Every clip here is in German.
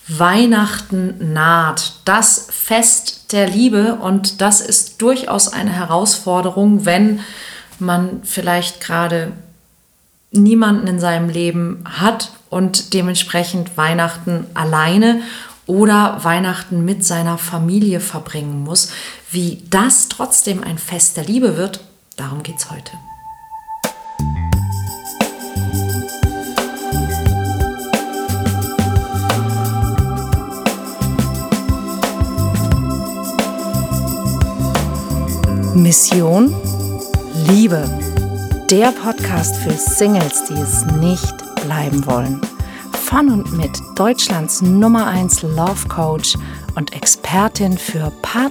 Weihnachten naht, das Fest der Liebe, und das ist durchaus eine Herausforderung, wenn man vielleicht gerade niemanden in seinem Leben hat und dementsprechend Weihnachten alleine oder Weihnachten mit seiner Familie verbringen muss. Wie das trotzdem ein Fest der Liebe wird, darum geht's heute. Mission Liebe. Der Podcast für Singles, die es nicht bleiben wollen. Von und mit Deutschlands Nummer 1 Love Coach und Expertin für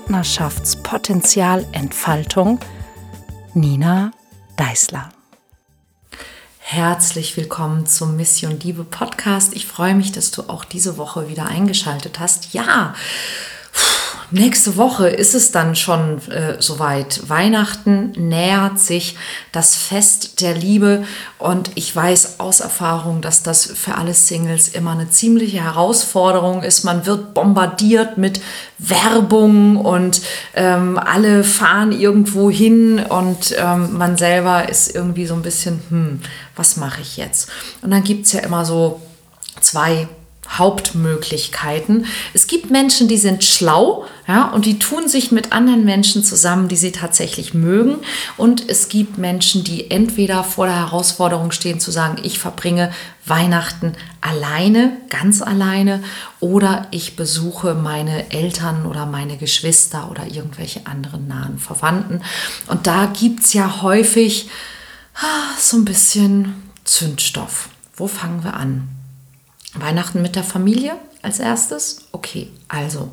Partnerschaftspotenzialentfaltung, Nina Deißler. Herzlich willkommen zum Mission Liebe Podcast. Ich freue mich, dass du auch diese Woche wieder eingeschaltet hast. Ja, nächste Woche ist es dann schon soweit. Weihnachten nähert sich, das Fest der Liebe, und ich weiß aus Erfahrung, dass das für alle Singles immer eine ziemliche Herausforderung ist. Man wird bombardiert mit Werbung und alle fahren irgendwo hin und man selber ist irgendwie so ein bisschen, was mache ich jetzt? Und dann gibt es ja immer so zwei Hauptmöglichkeiten. Es gibt Menschen, die sind schlau, ja, und die tun sich mit anderen Menschen zusammen, die sie tatsächlich mögen. Und es gibt Menschen, die entweder vor der Herausforderung stehen, zu sagen, ich verbringe Weihnachten alleine, ganz alleine, oder ich besuche meine Eltern oder meine Geschwister oder irgendwelche anderen nahen Verwandten. Und da gibt es ja häufig so ein bisschen Zündstoff. Wo fangen wir an? Weihnachten mit der Familie als erstes? Okay, also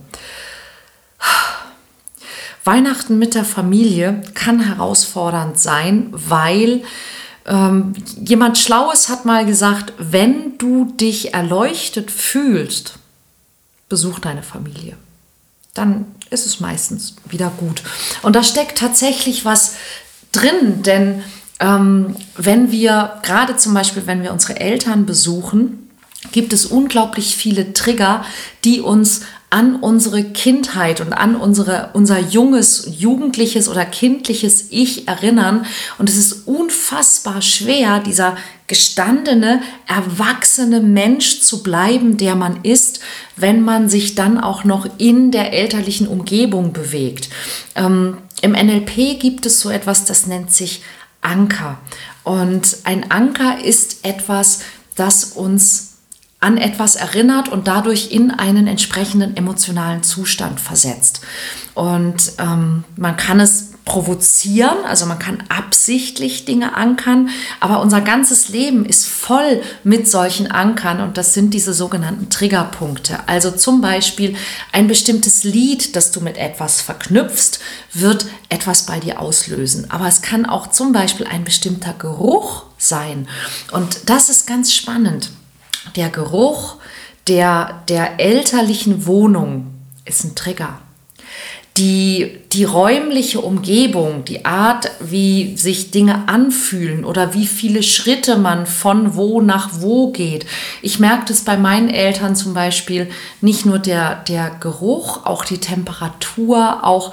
Weihnachten mit der Familie kann herausfordernd sein, weil jemand Schlaues hat mal gesagt, wenn du dich erleuchtet fühlst, besuch deine Familie. Dann ist es meistens wieder gut. Und da steckt tatsächlich was drin, denn wenn wir, gerade zum Beispiel, wenn wir unsere Eltern besuchen, gibt es unglaublich viele Trigger, die uns an unsere Kindheit und an unser junges, jugendliches oder kindliches Ich erinnern. Und es ist unfassbar schwer, dieser gestandene, erwachsene Mensch zu bleiben, der man ist, wenn man sich dann auch noch in der elterlichen Umgebung bewegt. Im NLP gibt es so etwas, das nennt sich Anker. Und ein Anker ist etwas, das uns an etwas erinnert und dadurch in einen entsprechenden emotionalen Zustand versetzt. Und man kann es provozieren, also man kann absichtlich Dinge ankern, aber unser ganzes Leben ist voll mit solchen Ankern, und das sind diese sogenannten Triggerpunkte. Also zum Beispiel ein bestimmtes Lied, das du mit etwas verknüpfst, wird etwas bei dir auslösen. Aber es kann auch zum Beispiel ein bestimmter Geruch sein, und das ist ganz spannend. Der Geruch der elterlichen Wohnung ist ein Trigger. Die räumliche Umgebung, die Art, wie sich Dinge anfühlen oder wie viele Schritte man von wo nach wo geht. Ich merke das bei meinen Eltern zum Beispiel, nicht nur der Geruch, auch die Temperatur, auch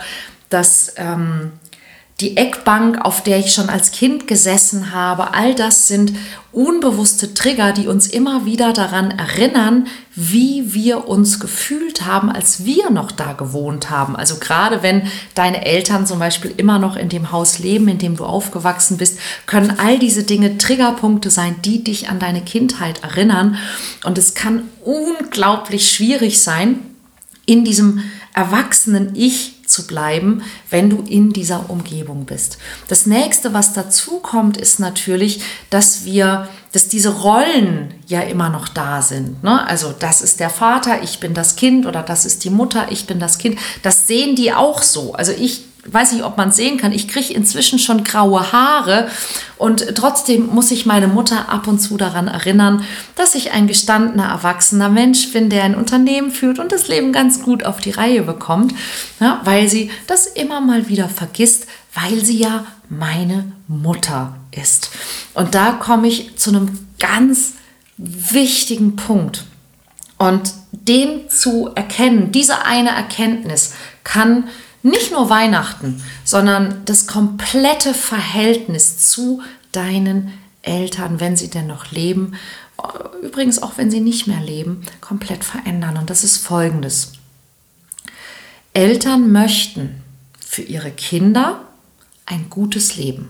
die Eckbank, auf der ich schon als Kind gesessen habe. All das sind unbewusste Trigger, die uns immer wieder daran erinnern, wie wir uns gefühlt haben, als wir noch da gewohnt haben. Also gerade wenn deine Eltern zum Beispiel immer noch in dem Haus leben, in dem du aufgewachsen bist, können all diese Dinge Triggerpunkte sein, die dich an deine Kindheit erinnern. Und es kann unglaublich schwierig sein, in diesem erwachsenen Ich zu bleiben, wenn du in dieser Umgebung bist. Das nächste, was dazu kommt, ist natürlich, dass diese Rollen ja immer noch da sind. Ne? Also das ist der Vater, ich bin das Kind, oder das ist die Mutter, ich bin das Kind. Das sehen die auch so. Also ich weiß nicht, ob man es sehen kann, ich kriege inzwischen schon graue Haare, und trotzdem muss ich meine Mutter ab und zu daran erinnern, dass ich ein gestandener, erwachsener Mensch bin, der ein Unternehmen führt und das Leben ganz gut auf die Reihe bekommt, ja, weil sie das immer mal wieder vergisst, weil sie ja meine Mutter ist. Und da komme ich zu einem ganz wichtigen Punkt. Und den zu erkennen, diese eine Erkenntnis kann nicht nur Weihnachten, sondern das komplette Verhältnis zu deinen Eltern, wenn sie denn noch leben, übrigens auch wenn sie nicht mehr leben, komplett verändern. Und das ist Folgendes. Eltern möchten für ihre Kinder ein gutes Leben.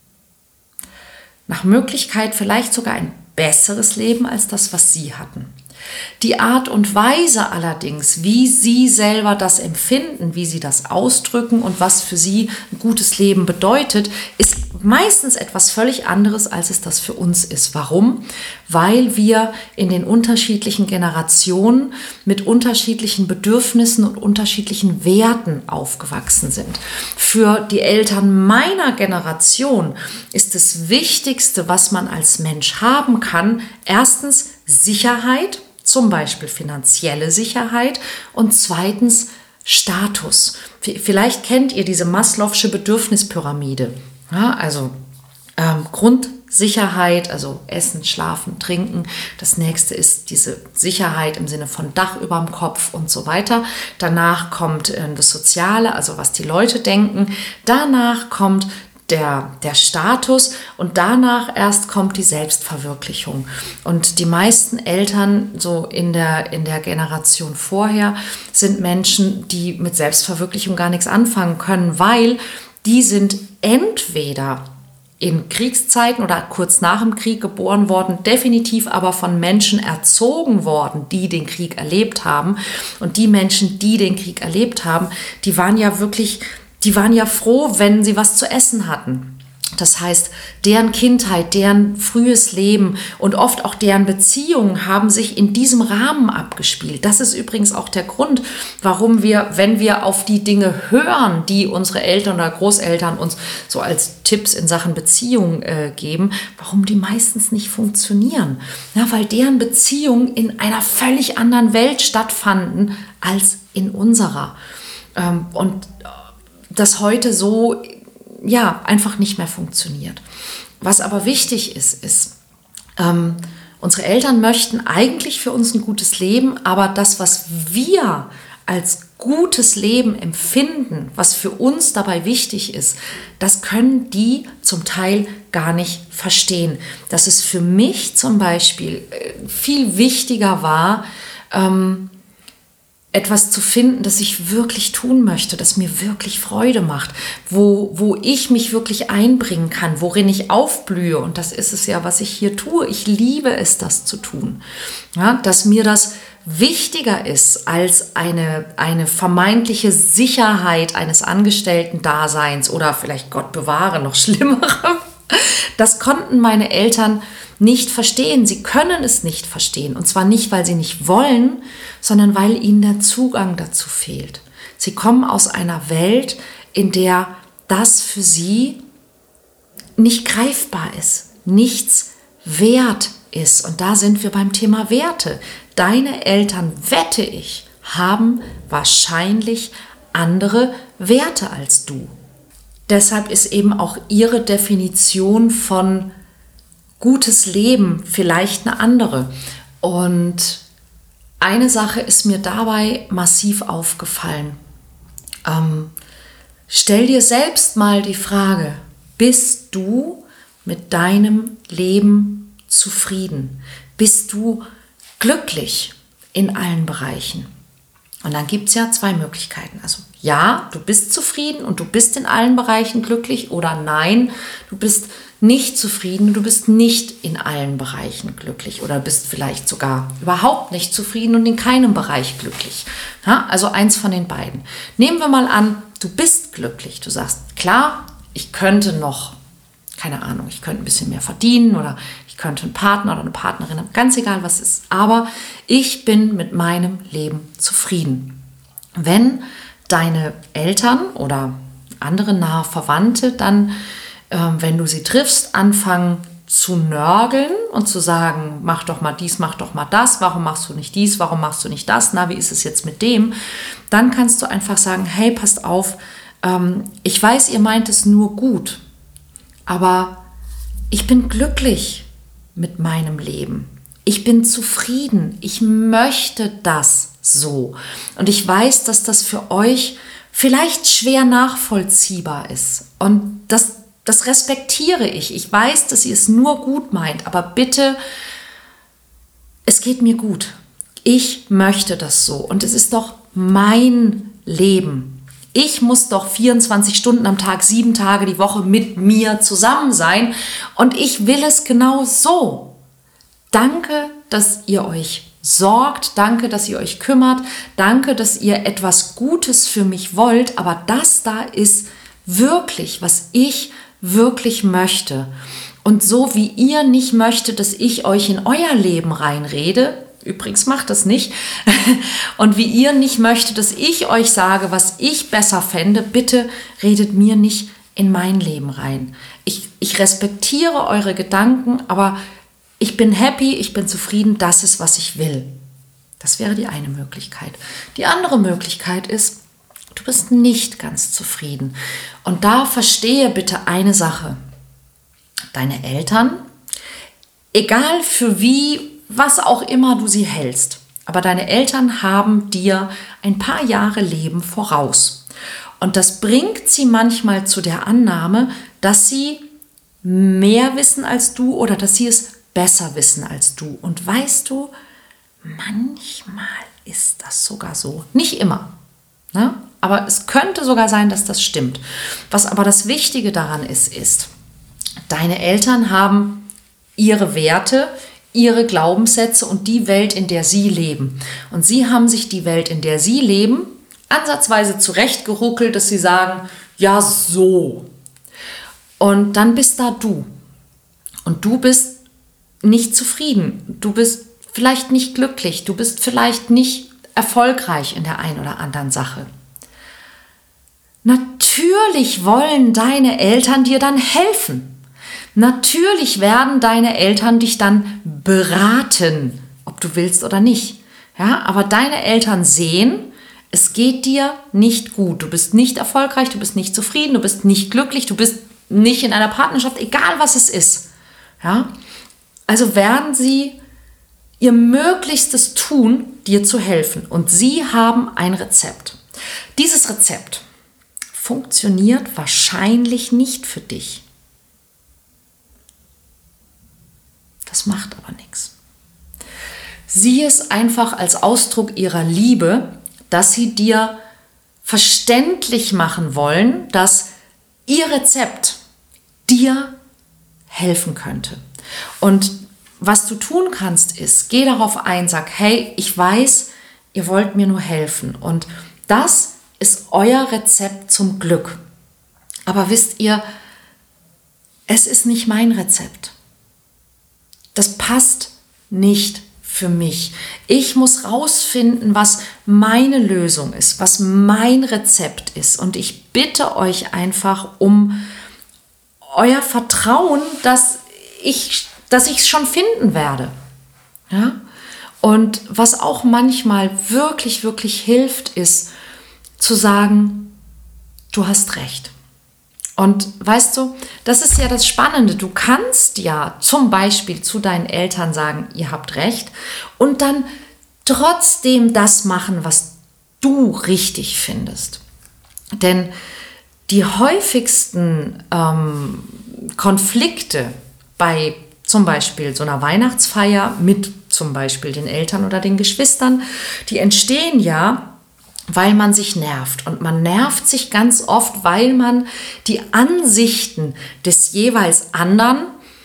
Nach Möglichkeit vielleicht sogar ein besseres Leben als das, was sie hatten. Die Art und Weise allerdings, wie sie selber das empfinden, wie sie das ausdrücken und was für sie ein gutes Leben bedeutet, ist meistens etwas völlig anderes, als es das für uns ist. Warum? Weil wir in den unterschiedlichen Generationen mit unterschiedlichen Bedürfnissen und unterschiedlichen Werten aufgewachsen sind. Für die Eltern meiner Generation ist das Wichtigste, was man als Mensch haben kann, erstens Sicherheit, zum Beispiel finanzielle Sicherheit, und zweitens Status. Vielleicht kennt ihr diese Maslow'sche Bedürfnispyramide. Ja, also Grundsicherheit, also Essen, Schlafen, Trinken. Das nächste ist diese Sicherheit im Sinne von Dach über dem Kopf und so weiter. Danach kommt das Soziale, also was die Leute denken. Danach kommt der Status und danach erst kommt die Selbstverwirklichung. Und die meisten Eltern so in der Generation vorher sind Menschen, die mit Selbstverwirklichung gar nichts anfangen können, weil die sind entweder in Kriegszeiten oder kurz nach dem Krieg geboren worden, definitiv aber von Menschen erzogen worden, die den Krieg erlebt haben. Und die Menschen, die den Krieg erlebt haben, die waren ja froh, wenn sie was zu essen hatten. Das heißt, deren Kindheit, deren frühes Leben und oft auch deren Beziehungen haben sich in diesem Rahmen abgespielt. Das ist übrigens auch der Grund, warum wir, wenn wir auf die Dinge hören, die unsere Eltern oder Großeltern uns so als Tipps in Sachen Beziehung geben, warum die meistens nicht funktionieren. Ja, weil deren Beziehungen in einer völlig anderen Welt stattfanden als in unserer. Und das heute so einfach nicht mehr funktioniert. Was aber wichtig ist, unsere Eltern möchten eigentlich für uns ein gutes Leben, aber das, was wir als gutes Leben empfinden, was für uns dabei wichtig ist, das können die zum Teil gar nicht verstehen. Dass es für mich zum Beispiel viel wichtiger war, etwas zu finden, das ich wirklich tun möchte, das mir wirklich Freude macht, wo ich mich wirklich einbringen kann, worin ich aufblühe. Und das ist es ja, was ich hier tue. Ich liebe es, das zu tun. Ja, dass mir das wichtiger ist als eine vermeintliche Sicherheit eines Angestellten-Daseins oder vielleicht, Gott bewahre, noch schlimmerem. Das konnten meine Eltern nicht verstehen. Sie können es nicht verstehen. Und zwar nicht, weil sie nicht wollen, sondern weil ihnen der Zugang dazu fehlt. Sie kommen aus einer Welt, in der das für sie nicht greifbar ist, nichts wert ist. Und da sind wir beim Thema Werte. Deine Eltern, wette ich, haben wahrscheinlich andere Werte als du. Deshalb ist eben auch ihre Definition von gutes Leben vielleicht eine andere. Und eine Sache ist mir dabei massiv aufgefallen. Stell dir selbst mal die Frage, bist du mit deinem Leben zufrieden? Bist du glücklich in allen Bereichen? Und dann gibt es ja zwei Möglichkeiten. Also ja, du bist zufrieden und du bist in allen Bereichen glücklich, oder nein, du bist nicht zufrieden und du bist nicht in allen Bereichen glücklich oder bist vielleicht sogar überhaupt nicht zufrieden und in keinem Bereich glücklich. Ja, also eins von den beiden. Nehmen wir mal an, du bist glücklich. Du sagst, klar, ich könnte noch, keine Ahnung, ich könnte ein bisschen mehr verdienen oder ich könnte einen Partner oder eine Partnerin haben, ganz egal was ist, aber ich bin mit meinem Leben zufrieden. Wenn deine Eltern oder andere nahe Verwandte dann, wenn du sie triffst, anfangen zu nörgeln und zu sagen, mach doch mal dies, mach doch mal das, warum machst du nicht dies, warum machst du nicht das, na, wie ist es jetzt mit dem? Dann kannst du einfach sagen, hey, passt auf, ich weiß, ihr meint es nur gut, aber ich bin glücklich mit meinem Leben. Ich bin zufrieden. Ich möchte das so. Und ich weiß, dass das für euch vielleicht schwer nachvollziehbar ist. Und das respektiere ich. Ich weiß, dass ihr es nur gut meint. Aber bitte, es geht mir gut. Ich möchte das so. Und es ist doch mein Leben. Ich muss doch 24 Stunden am Tag, 7 Tage die Woche mit mir zusammen sein. Und ich will es genau so. Danke, dass ihr euch sorgt. Danke, dass ihr euch kümmert. Danke, dass ihr etwas Gutes für mich wollt. Aber das da ist wirklich, was ich wirklich möchte. Und so wie ihr nicht möchtet, dass ich euch in euer Leben reinrede, übrigens macht das nicht, und wie ihr nicht möchtet, dass ich euch sage, was ich besser fände, bitte redet mir nicht in mein Leben rein. Ich respektiere eure Gedanken, aber ich bin happy, ich bin zufrieden, das ist, was ich will. Das wäre die eine Möglichkeit. Die andere Möglichkeit ist, du bist nicht ganz zufrieden. Und da verstehe bitte eine Sache. Deine Eltern, egal für was auch immer du sie hältst, aber deine Eltern haben dir ein paar Jahre Leben voraus. Und das bringt sie manchmal zu der Annahme, dass sie mehr wissen als du oder dass sie es besser wissen als du. Und weißt du, manchmal ist das sogar so. Nicht immer, ne? Aber es könnte sogar sein, dass das stimmt. Was aber das Wichtige daran ist, deine Eltern haben ihre Werte, ihre Glaubenssätze und die Welt, in der sie leben. Und sie haben sich die Welt, in der sie leben, ansatzweise zurechtgeruckelt, dass sie sagen, ja so. Und dann bist da du. Und du bist nicht zufrieden. Du bist vielleicht nicht glücklich. Du bist vielleicht nicht erfolgreich in der einen oder anderen Sache. Natürlich wollen deine Eltern dir dann helfen. Natürlich werden deine Eltern dich dann beraten, ob du willst oder nicht. Ja, aber deine Eltern sehen, es geht dir nicht gut. Du bist nicht erfolgreich, du bist nicht zufrieden, du bist nicht glücklich, du bist nicht in einer Partnerschaft, egal was es ist. Ja, also werden sie ihr Möglichstes tun, dir zu helfen. Und sie haben ein Rezept. Dieses Rezept funktioniert wahrscheinlich nicht für dich. Das macht aber nichts. Sieh es einfach als Ausdruck ihrer Liebe, dass sie dir verständlich machen wollen, dass ihr Rezept dir helfen könnte. Und was du tun kannst, ist, geh darauf ein, sag, hey, ich weiß, ihr wollt mir nur helfen. Und das ist euer Rezept zum Glück. Aber wisst ihr, es ist nicht mein Rezept. Das passt nicht für mich. Ich muss rausfinden, was meine Lösung ist, was mein Rezept ist. Und ich bitte euch einfach um euer Vertrauen, dass ich es schon finden werde. Ja? Und was auch manchmal wirklich, wirklich hilft, ist zu sagen, du hast recht. Und weißt du, das ist ja das Spannende. Du kannst ja zum Beispiel zu deinen Eltern sagen, ihr habt recht und dann trotzdem das machen, was du richtig findest. Denn die häufigsten Konflikte bei zum Beispiel so einer Weihnachtsfeier mit zum Beispiel den Eltern oder den Geschwistern, die entstehen ja, weil man sich nervt. Und man nervt sich ganz oft, weil man die Ansichten des jeweils anderen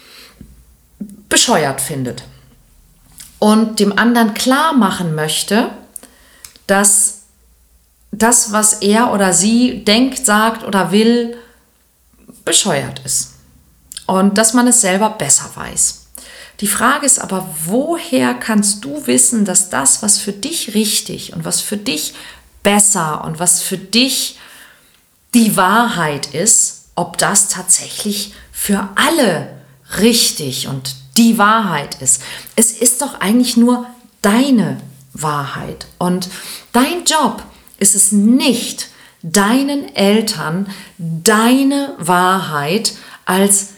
bescheuert findet. Und dem anderen klar machen möchte, dass das, was er oder sie denkt, sagt oder will, bescheuert ist. Und dass man es selber besser weiß. Die Frage ist aber, woher kannst du wissen, dass das, was für dich richtig und was für dich besser und was für dich die Wahrheit ist, ob das tatsächlich für alle richtig und die Wahrheit ist. Es ist doch eigentlich nur deine Wahrheit. Und dein Job ist es nicht, deinen Eltern deine Wahrheit als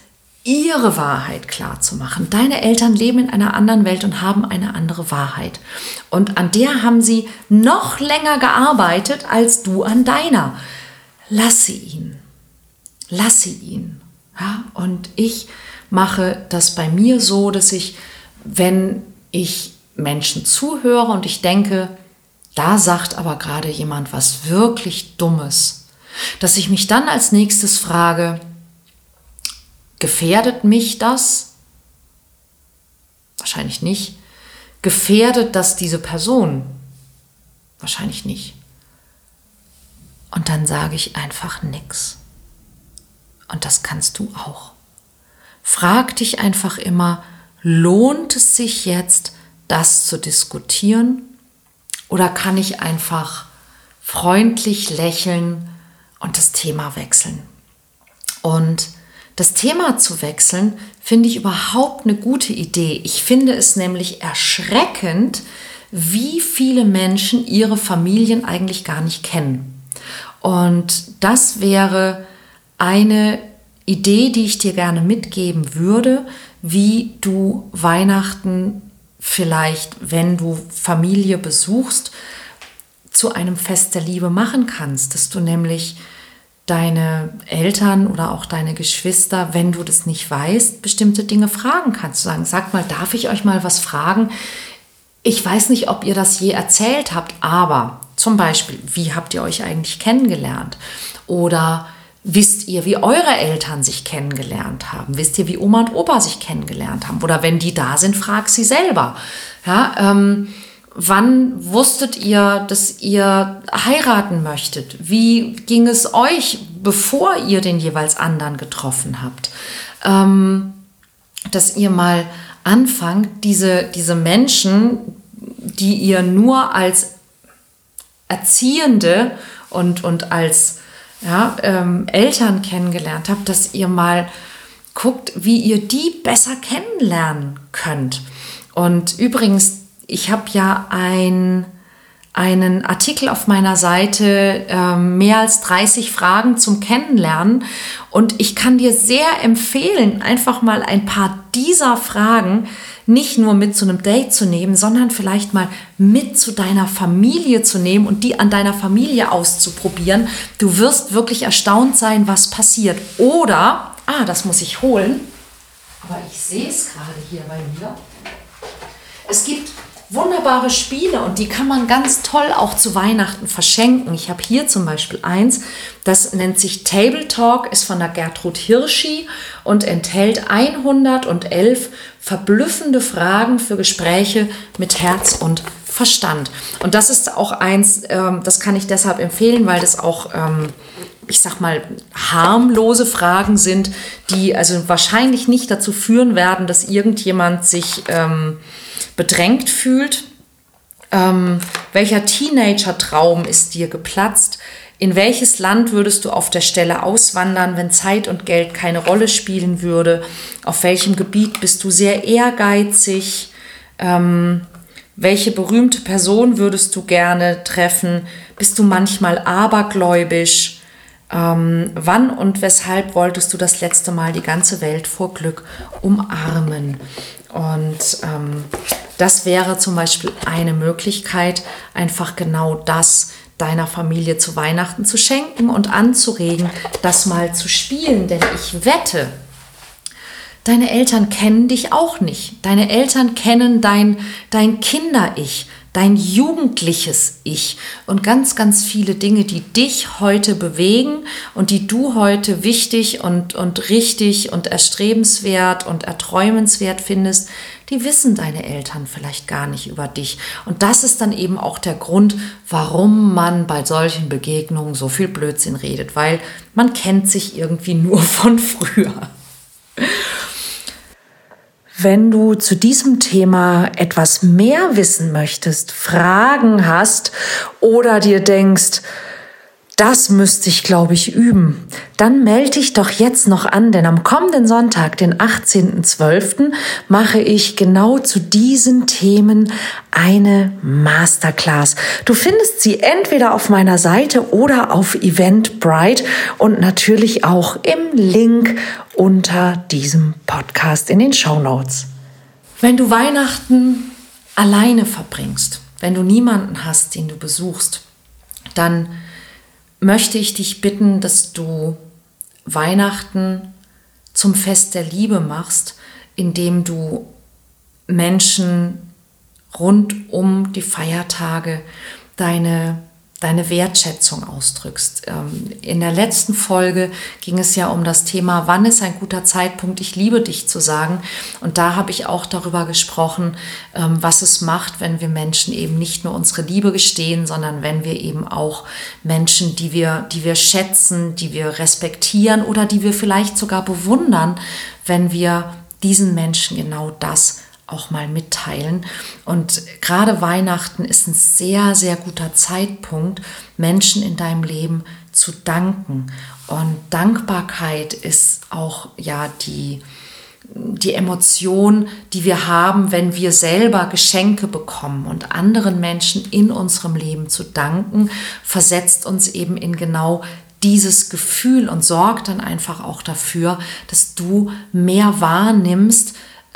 ihre Wahrheit klar zu machen. Deine Eltern leben in einer anderen Welt und haben eine andere Wahrheit. Und an der haben sie noch länger gearbeitet als du an deiner. Lasse ihn. Lasse ihn. Ja? Und ich mache das bei mir so, dass ich, wenn ich Menschen zuhöre und ich denke, da sagt aber gerade jemand was wirklich Dummes, dass ich mich dann als nächstes frage, gefährdet mich das? Wahrscheinlich nicht. Gefährdet das diese Person? Wahrscheinlich nicht. Und dann sage ich einfach nichts. Und das kannst du auch. Frag dich einfach immer, lohnt es sich jetzt, das zu diskutieren? Oder kann ich einfach freundlich lächeln und das Thema wechseln? Und das Thema zu wechseln, finde ich überhaupt eine gute Idee. Ich finde es nämlich erschreckend, wie viele Menschen ihre Familien eigentlich gar nicht kennen. Und das wäre eine Idee, die ich dir gerne mitgeben würde, wie du Weihnachten vielleicht, wenn du Familie besuchst, zu einem Fest der Liebe machen kannst, dass du nämlich deine Eltern oder auch deine Geschwister, wenn du das nicht weißt, bestimmte Dinge fragen kannst. Sagen, sag mal, darf ich euch mal was fragen? Ich weiß nicht, ob ihr das je erzählt habt, aber zum Beispiel, wie habt ihr euch eigentlich kennengelernt? Oder wisst ihr, wie eure Eltern sich kennengelernt haben? Wisst ihr, wie Oma und Opa sich kennengelernt haben? Oder wenn die da sind, frag sie selber. Ja, wann wusstet ihr, dass ihr heiraten möchtet? Wie ging es euch, bevor ihr den jeweils anderen getroffen habt? Dass ihr mal anfangt, diese Menschen, die ihr nur als Erziehende und als Eltern kennengelernt habt, dass ihr mal guckt, wie ihr die besser kennenlernen könnt. Und übrigens, ich habe ja einen Artikel auf meiner Seite, mehr als 30 Fragen zum Kennenlernen. Und ich kann dir sehr empfehlen, einfach mal ein paar dieser Fragen nicht nur mit zu einem Date zu nehmen, sondern vielleicht mal mit zu deiner Familie zu nehmen und die an deiner Familie auszuprobieren. Du wirst wirklich erstaunt sein, was passiert. Oder, das muss ich holen, aber ich sehe es gerade hier bei mir. Es gibt wunderbare Spiele und die kann man ganz toll auch zu Weihnachten verschenken. Ich habe hier zum Beispiel eins, das nennt sich Table Talk, ist von der Gertrud Hirschi und enthält 111 verblüffende Fragen für Gespräche mit Herz und Verstand. Und das ist auch eins, das kann ich deshalb empfehlen, weil das auch, ich sag mal, harmlose Fragen sind, die also wahrscheinlich nicht dazu führen werden, dass irgendjemand sich bedrängt fühlt. Welcher Teenager-Traum ist dir geplatzt? In welches Land würdest du auf der Stelle auswandern, wenn Zeit und Geld keine Rolle spielen würde? Auf welchem Gebiet bist du sehr ehrgeizig? Welche berühmte Person würdest du gerne treffen? Bist du manchmal abergläubisch? Wann und weshalb wolltest du das letzte Mal die ganze Welt vor Glück umarmen? Und das wäre zum Beispiel eine Möglichkeit, einfach genau das deiner Familie zu Weihnachten zu schenken und anzuregen, das mal zu spielen. Denn ich wette, deine Eltern kennen dich auch nicht. Deine Eltern kennen dein Kinder-Ich, dein jugendliches Ich und ganz, ganz viele Dinge, die dich heute bewegen und die du heute wichtig und richtig und erstrebenswert und erträumenswert findest, die wissen deine Eltern vielleicht gar nicht über dich. Und das ist dann eben auch der Grund, warum man bei solchen Begegnungen so viel Blödsinn redet, weil man kennt sich irgendwie nur von früher. Wenn du zu diesem Thema etwas mehr wissen möchtest, Fragen hast oder dir denkst, das müsste ich, glaube ich, üben, dann melde dich doch jetzt noch an, denn am kommenden Sonntag, den 18.12., mache ich genau zu diesen Themen eine Masterclass. Du findest sie entweder auf meiner Seite oder auf Eventbrite und natürlich auch im Link unter diesem Podcast in den Shownotes. Wenn du Weihnachten alleine verbringst, wenn du niemanden hast, den du besuchst, dann möchte ich dich bitten, dass du Weihnachten zum Fest der Liebe machst, indem du Menschen rund um die Feiertage deine Wertschätzung ausdrückst. In der letzten Folge ging es ja um das Thema, wann ist ein guter Zeitpunkt, ich liebe dich zu sagen. Und da habe ich auch darüber gesprochen, was es macht, wenn wir Menschen eben nicht nur unsere Liebe gestehen, sondern wenn wir eben auch Menschen, die wir schätzen, die wir respektieren oder die wir vielleicht sogar bewundern, wenn wir diesen Menschen genau das auch mal mitteilen. Und gerade Weihnachten ist ein sehr, sehr guter Zeitpunkt, Menschen in deinem Leben zu danken. Und Dankbarkeit ist auch ja die Emotion, die wir haben, wenn wir selber Geschenke bekommen. Und anderen Menschen in unserem Leben zu danken, versetzt uns eben in genau dieses Gefühl und sorgt dann einfach auch dafür, dass du mehr wahrnimmst,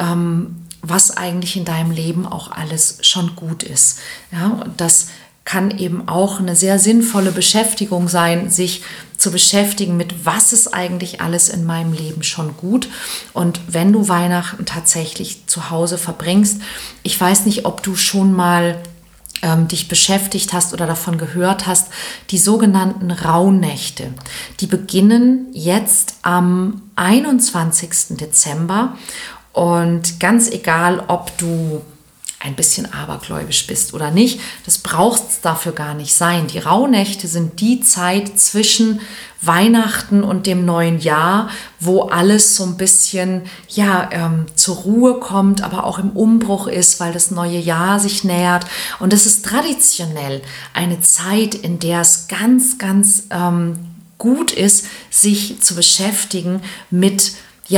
was eigentlich in deinem Leben auch alles schon gut ist. Ja, und das kann eben auch eine sehr sinnvolle Beschäftigung sein, sich zu beschäftigen mit, was ist eigentlich alles in meinem Leben schon gut. Und wenn du Weihnachten tatsächlich zu Hause verbringst, ich weiß nicht, ob du schon mal dich beschäftigt hast oder davon gehört hast, die sogenannten Rauhnächte. Die beginnen jetzt am 21. Dezember. Und ganz egal, ob du ein bisschen abergläubisch bist oder nicht, das braucht es dafür gar nicht sein. Die Rauhnächte sind die Zeit zwischen Weihnachten und dem neuen Jahr, wo alles so ein bisschen zur Ruhe kommt, aber auch im Umbruch ist, weil das neue Jahr sich nähert. Und es ist traditionell eine Zeit, in der es ganz, ganz gut ist, sich zu beschäftigen mit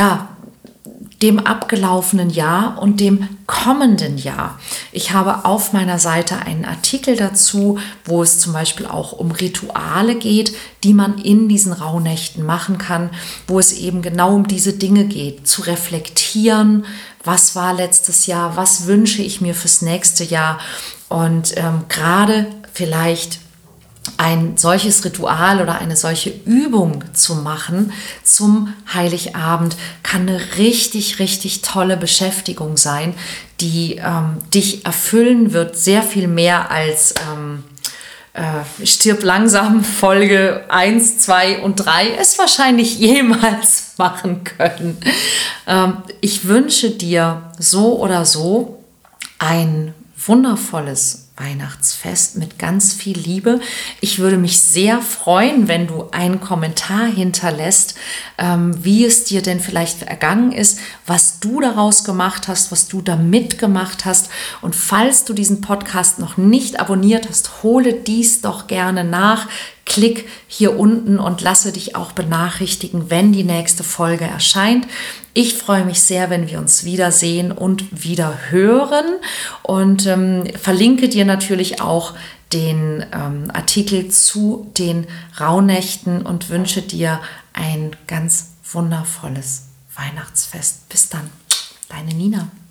dem abgelaufenen Jahr und dem kommenden Jahr. Ich habe auf meiner Seite einen Artikel dazu, wo es zum Beispiel auch um Rituale geht, die man in diesen Rauhnächten machen kann, wo es eben genau um diese Dinge geht, zu reflektieren, was war letztes Jahr, was wünsche ich mir fürs nächste Jahr und gerade vielleicht ein solches Ritual oder eine solche Übung zu machen zum Heiligabend kann eine richtig, richtig tolle Beschäftigung sein, die dich erfüllen wird, sehr viel mehr als Stirb langsam Folge 1, 2 und 3 es wahrscheinlich jemals machen können. Ich wünsche dir so oder so ein wundervolles Weihnachtsfest mit ganz viel Liebe. Ich würde mich sehr freuen, wenn du einen Kommentar hinterlässt, wie es dir denn vielleicht ergangen ist, was du daraus gemacht hast, was du damit gemacht hast. Und falls du diesen Podcast noch nicht abonniert hast, hole dies doch gerne nach. Klick hier unten und lasse dich auch benachrichtigen, wenn die nächste Folge erscheint. Ich freue mich sehr, wenn wir uns wiedersehen und wieder hören und verlinke dir natürlich auch den Artikel zu den Rauhnächten und wünsche dir ein ganz wundervolles Weihnachtsfest. Bis dann, deine Nina.